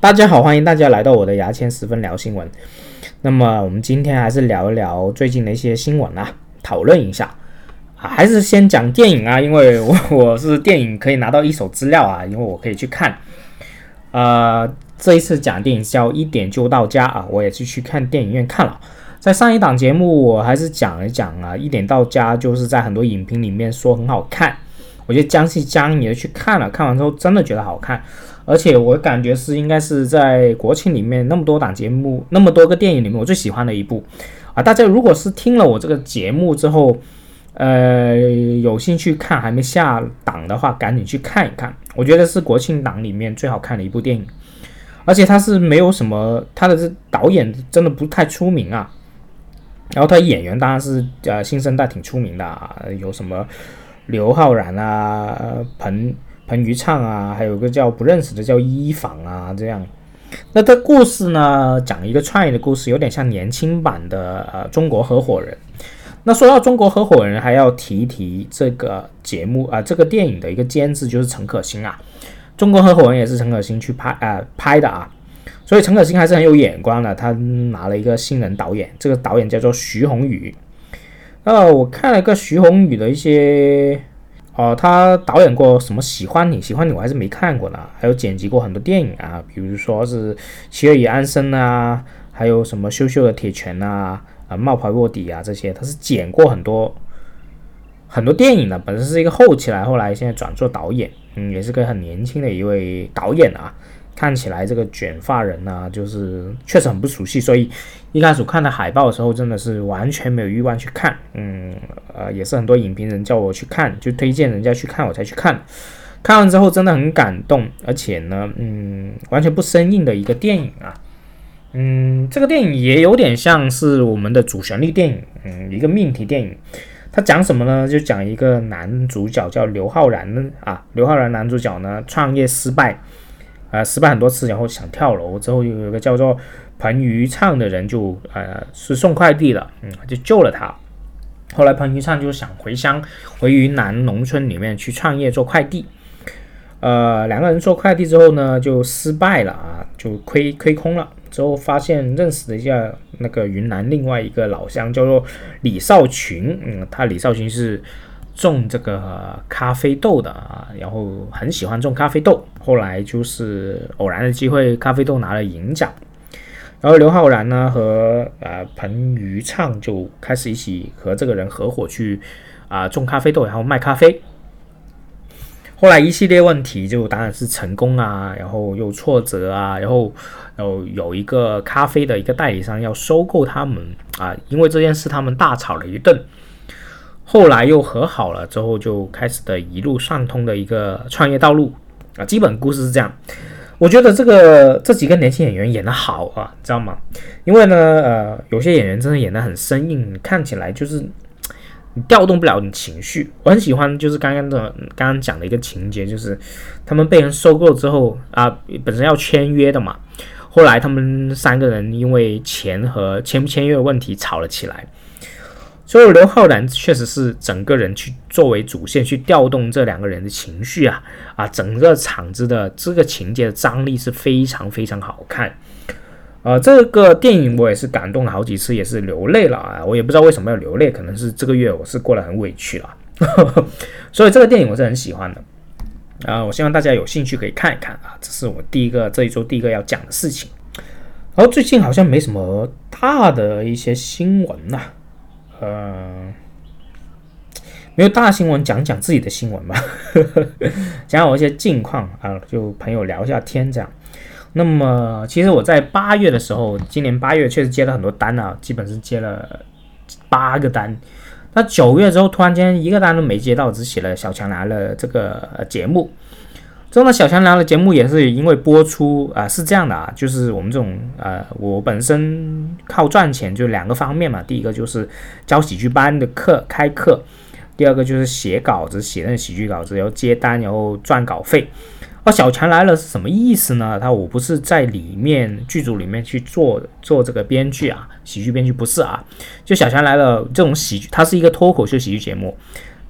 大家好，欢迎大家来到我的牙签10分聊新闻。那么我们今天还是聊一聊最近的一些新闻啊，讨论一下啊，还是先讲电影啊，因为我是电影可以拿到一手资料啊，因为我可以去看。这一次讲电影叫1点就到家啊，我也是去看电影院看了。在上一档节目我还是讲一讲啊，1点到家就是在很多影评里面说很好看，我就将信将疑的去看了，看完之后真的觉得好看。而且我感觉应该是在国庆里面那么多档节目那么多个电影里面我最喜欢的一部啊！大家如果是听了我这个节目之后有兴趣看还没下档的话，赶紧去看一看，我觉得是国庆档里面最好看的一部电影。而且它是没有什么，他的导演真的不太出名啊，然后他演员当然是新生代挺出名的啊，有什么刘昊然啊、彭昱畅啊，还有个叫不认识的叫伊仿啊，这样。那这故事呢，讲一个创业的故事，有点像年轻版的中国合伙人。那说到中国合伙人，还要提一提这个节目这个电影的一个监制就是陈可辛啊。中国合伙人也是陈可辛去拍的啊，所以陈可辛还是很有眼光的，他拿了一个新人导演，这个导演叫做徐宏宇。我看了个徐宏宇的一些。他导演过什么喜欢你我还是没看过呢，还有剪辑过很多电影啊，比如说是七月与安生啊，还有什么羞羞的铁拳啊，冒牌卧底啊，这些他是剪过很多电影的，本身是一个后期来，后来现在转做导演，也是个很年轻的一位导演啊。看起来这个卷发人啊，就是确实很不熟悉，所以一开始看到海报的时候真的是完全没有欲望去看。也是很多影评人叫我去看，就推荐人家去看我才去看。看完之后真的很感动，而且呢，完全不生硬的一个电影啊。这个电影也有点像是我们的主旋律电影，一个命题电影。他讲什么呢？就讲一个男主角叫刘昊然啊，刘昊然男主角呢创业失败很多次，然后想跳楼，之后有一个叫做彭昱畅的人是送快递的，就救了他。后来彭昱畅就想回云南农村里面去创业做快递，两个人做快递之后呢就失败了啊，就亏空了。之后发现认识了一下那个云南另外一个老乡叫做李少群，他李少群是种这个咖啡豆的啊，然后很喜欢种咖啡豆，后来就是偶然的机会咖啡豆拿了银奖，然后刘昊然呢和彭昱畅就开始一起和这个人合伙去种咖啡豆，然后卖咖啡。后来一系列问题就当然是成功啊，然后又挫折啊，然后有一个咖啡的一个代理商要收购他们啊，因为这件事他们大吵了一顿。后来又和好了之后，就开始的一路畅通的一个创业道路啊，基本故事是这样。我觉得这几个年轻演员演得好啊，知道吗？因为呢，有些演员真的演得很生硬，看起来就是你调动不了你情绪。我很喜欢就是刚刚讲的一个情节，就是他们被人收购之后本身要签约的嘛，后来他们3个人因为钱和签不签约的问题吵了起来。所以刘昊然确实是整个人去作为主线去调动这2个人的情绪整个场子的这个情节的张力是非常非常好看。这个电影我也是感动了好几次，也是流泪了我也不知道为什么要流泪，可能是这个月我是过得很委屈了所以这个电影我是很喜欢的我希望大家有兴趣可以看一看这是我这一周第一个要讲的事情。然后最近好像没什么大的一些新闻没有大新闻，讲自己的新闻吧讲讲我一些近况就朋友聊一下天这样。那么其实我在8月的时候，今年8月确实接了很多单基本是接了8个单。那9月之后突然间一个单都没接到，只写了小强来了这个节目。这种小强来了节目也是因为播出是这样的就是我们这种我本身靠赚钱就2个方面嘛，第一个就是教喜剧班的开课，第二个就是写稿子，写那个喜剧稿子，然后接单，然后赚稿费。小强来了是什么意思呢？我不是在剧组里面去做这个编剧喜剧编剧不是就小强来了这种喜剧，它是一个脱口秀喜剧节目，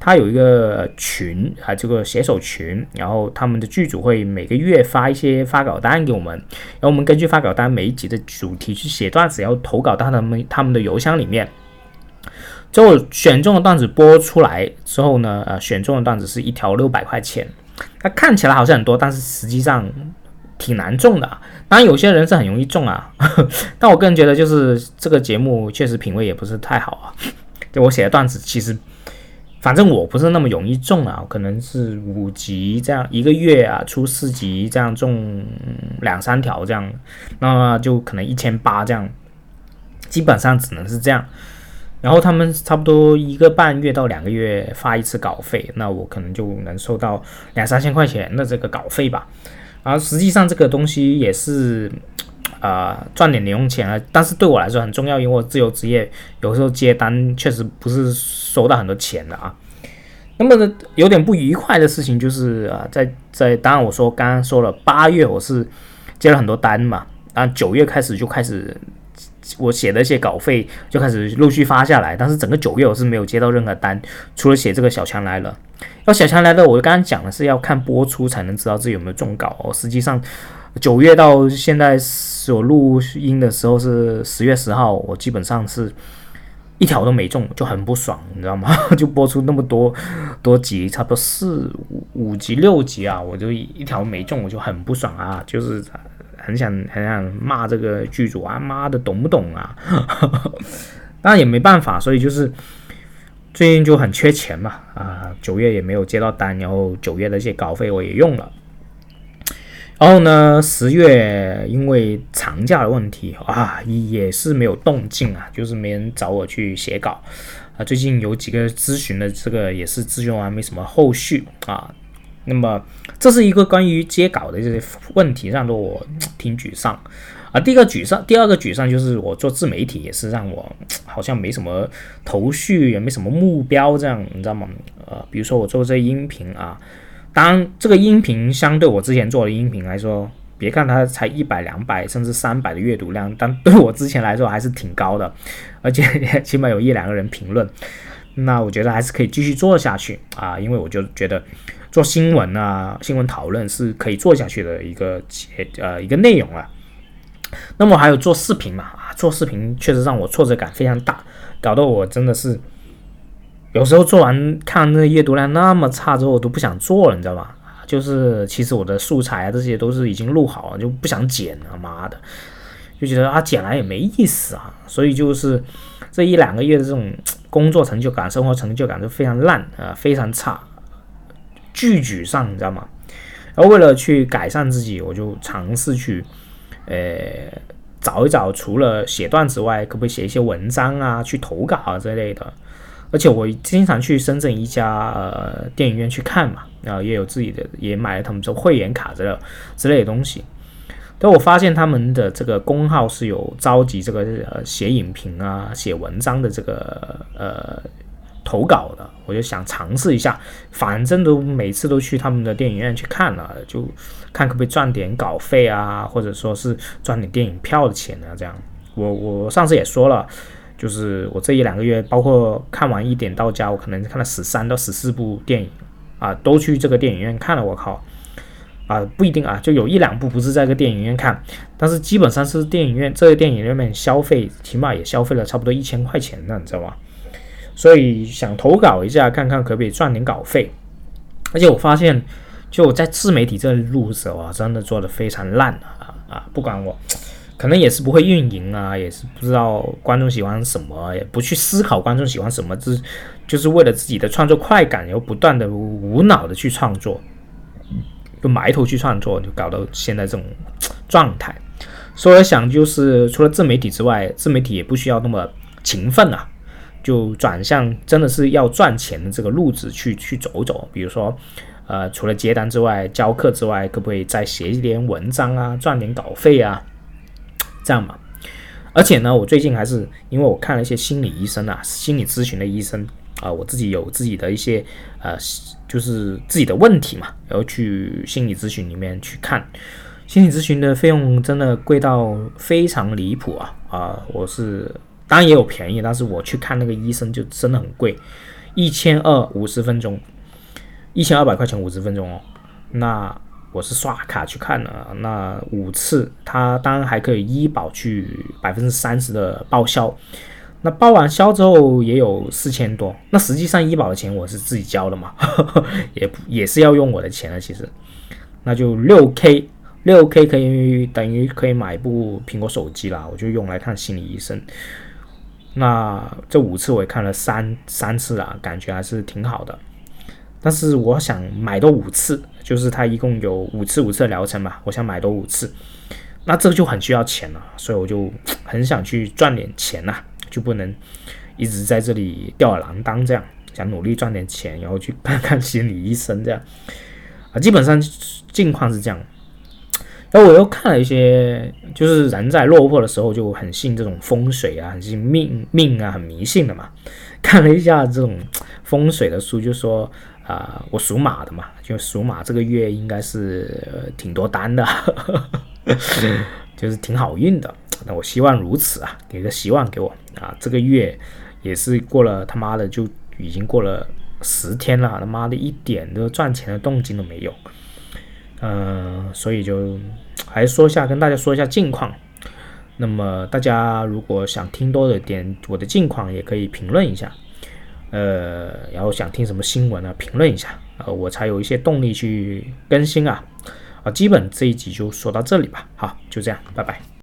他有一个群啊，这个写手群，然后他们的剧组会每个月发一些发稿单给我们，然后我们根据发稿单每一集的主题去写段子，然后投稿到他们的邮箱里面。最后选中的段子播出来之后呢，选中的段子是一条600块钱，它看起来好像很多，但是实际上挺难中的。当然有些人是很容易中啊，但我个人觉得就是这个节目确实品味也不是太好啊。就我写的段子其实反正我不是那么容易中啊，可能是5集这样，一个月啊出4集这样中2-3条这样，那么就可能1800这样，基本上只能是这样。然后他们差不多1个半月到2个月发一次稿费，那我可能就能收到2-3千块钱的这个稿费吧。然后实际上这个东西也是赚点零用钱啊，但是对我来说很重要，因为我自由职业，有时候接单确实不是收到很多钱的啊。那么有点不愉快的事情就是在当然我说刚刚说了8月我是接了很多单嘛，然后9月开始我写的一些稿费就开始陆续发下来，但是整个9月我是没有接到任何单，除了写这个小强来了。小强来了，我刚刚讲的是要看播出才能知道自己有没有中稿实际上9月到现在所录音的时候是10月10号，我基本上是一条都没中，就很不爽，你知道吗？就播出那么多集，差不多4、5集、6集啊，我就一条没中，我就很不爽啊，就是很想骂这个剧组啊，妈的懂不懂啊？当然也没办法，所以就是最近就很缺钱嘛，9月也没有接到单，然后9月的一些稿费我也用了。然后呢，10月因为长假的问题也是没有动静啊，就是没人找我去写稿最近有几个咨询的，这个也是咨询完没什么后续那么这是一个关于接稿的这些问题，让我挺沮丧第二个沮丧就是我做自媒体也是让我好像没什么头绪，也没什么目标，这样你知道吗？比如说我做这音频当然这个音频相对我之前做的音频来说，别看它才100、200甚至300的阅读量，但对我之前来说还是挺高的，而且起码有1-2个人评论。那我觉得还是可以继续做下去因为我就觉得做新闻新闻讨论是可以做下去的一个内容那么还有做视频做视频确实让我挫折感非常大，搞得我真的是有时候做完看那阅读量那么差之后我都不想做了，你知道吗？就是其实我的素材这些都是已经录好了，就不想剪了，妈的，就觉得剪来也没意思所以就是这1-2个月的这种工作成就感、生活成就感就非常烂非常差，巨沮丧，你知道吗？然后为了去改善自己，我就尝试去找一找，除了写段子外，可不可以写一些文章去投稿之类的。而且我经常去深圳一家电影院去看嘛，然后也有自己的，也买了他们这会员卡之类的东西。但我发现他们的这个公号是有召集这个写影评写文章的这个投稿的，我就想尝试一下，反正每次都去他们的电影院去看了，就看可不可以赚点稿费或者说是赚点电影票的钱这样。我上次也说了。就是我这1-2个月，包括看完1点到家，我可能看了13到14部电影都去这个电影院看了。我靠不一定就有1-2部不是在这个电影院看，但是基本上是这个电影院里面消费，起码也消费了差不多1000块钱呢，你知道吗？所以想投稿一下，看看可不可以赚点稿费。而且我发现，就在自媒体这路上真的做得非常烂不管我。可能也是不会运营也是不知道观众喜欢什么，也不去思考观众喜欢什么，就是为了自己的创作快感，然后不断的无脑的去创作，就埋头去创作，就搞到现在这种状态。所以我想，就是除了自媒体之外，自媒体也不需要那么勤奋就转向真的是要赚钱的这个路子去走走。比如说除了接单之外，教课之外，可不可以再写一点文章赚点稿费这样嘛。而且呢，我最近还是因为我看了一些心理医生心理咨询的医生我自己有自己的一些就是自己的问题嘛，然后去心理咨询里面去看。心理咨询的费用真的贵到非常离谱我是当然也有便宜，但是我去看那个医生就真的很贵， 1250分钟，1200块钱50分钟哦。那我是刷卡去看了，那5次，它当然还可以医保去30%的报销。那报完销之后也有4000多，那实际上医保的钱我是自己交的嘛，也是要用我的钱的，其实，那就6K 可以等于可以买一部苹果手机啦，我就用来看心理医生。那这5次我也看了三次啦，感觉还是挺好的。但是我想买多5次，就是它一共有5次的疗程嘛，我想买多5次，那这个就很需要钱了，所以我就很想去赚点钱啦，就不能一直在这里吊儿郎当这样，想努力赚点钱，然后去看看心理医生这样啊，基本上境况是这样。然后我又看了一些，就是人在落魄的时候就很信这种风水啊，很信命啊，很迷信的嘛。看了一下这种风水的书，就说我属马的嘛，就属马这个月应该是挺多单的，就是挺好运的。那我希望如此啊，给个希望给我啊！这个月也是过了他妈的就已经过了10天了，他妈的一点的赚钱的动静都没有。所以就还是跟大家说一下近况。那么大家如果想听多的点我的近况，也可以评论一下。然后想听什么新闻啊，评论一下，我才有一些动力去更新啊。基本这一集就说到这里吧。好，就这样，拜拜。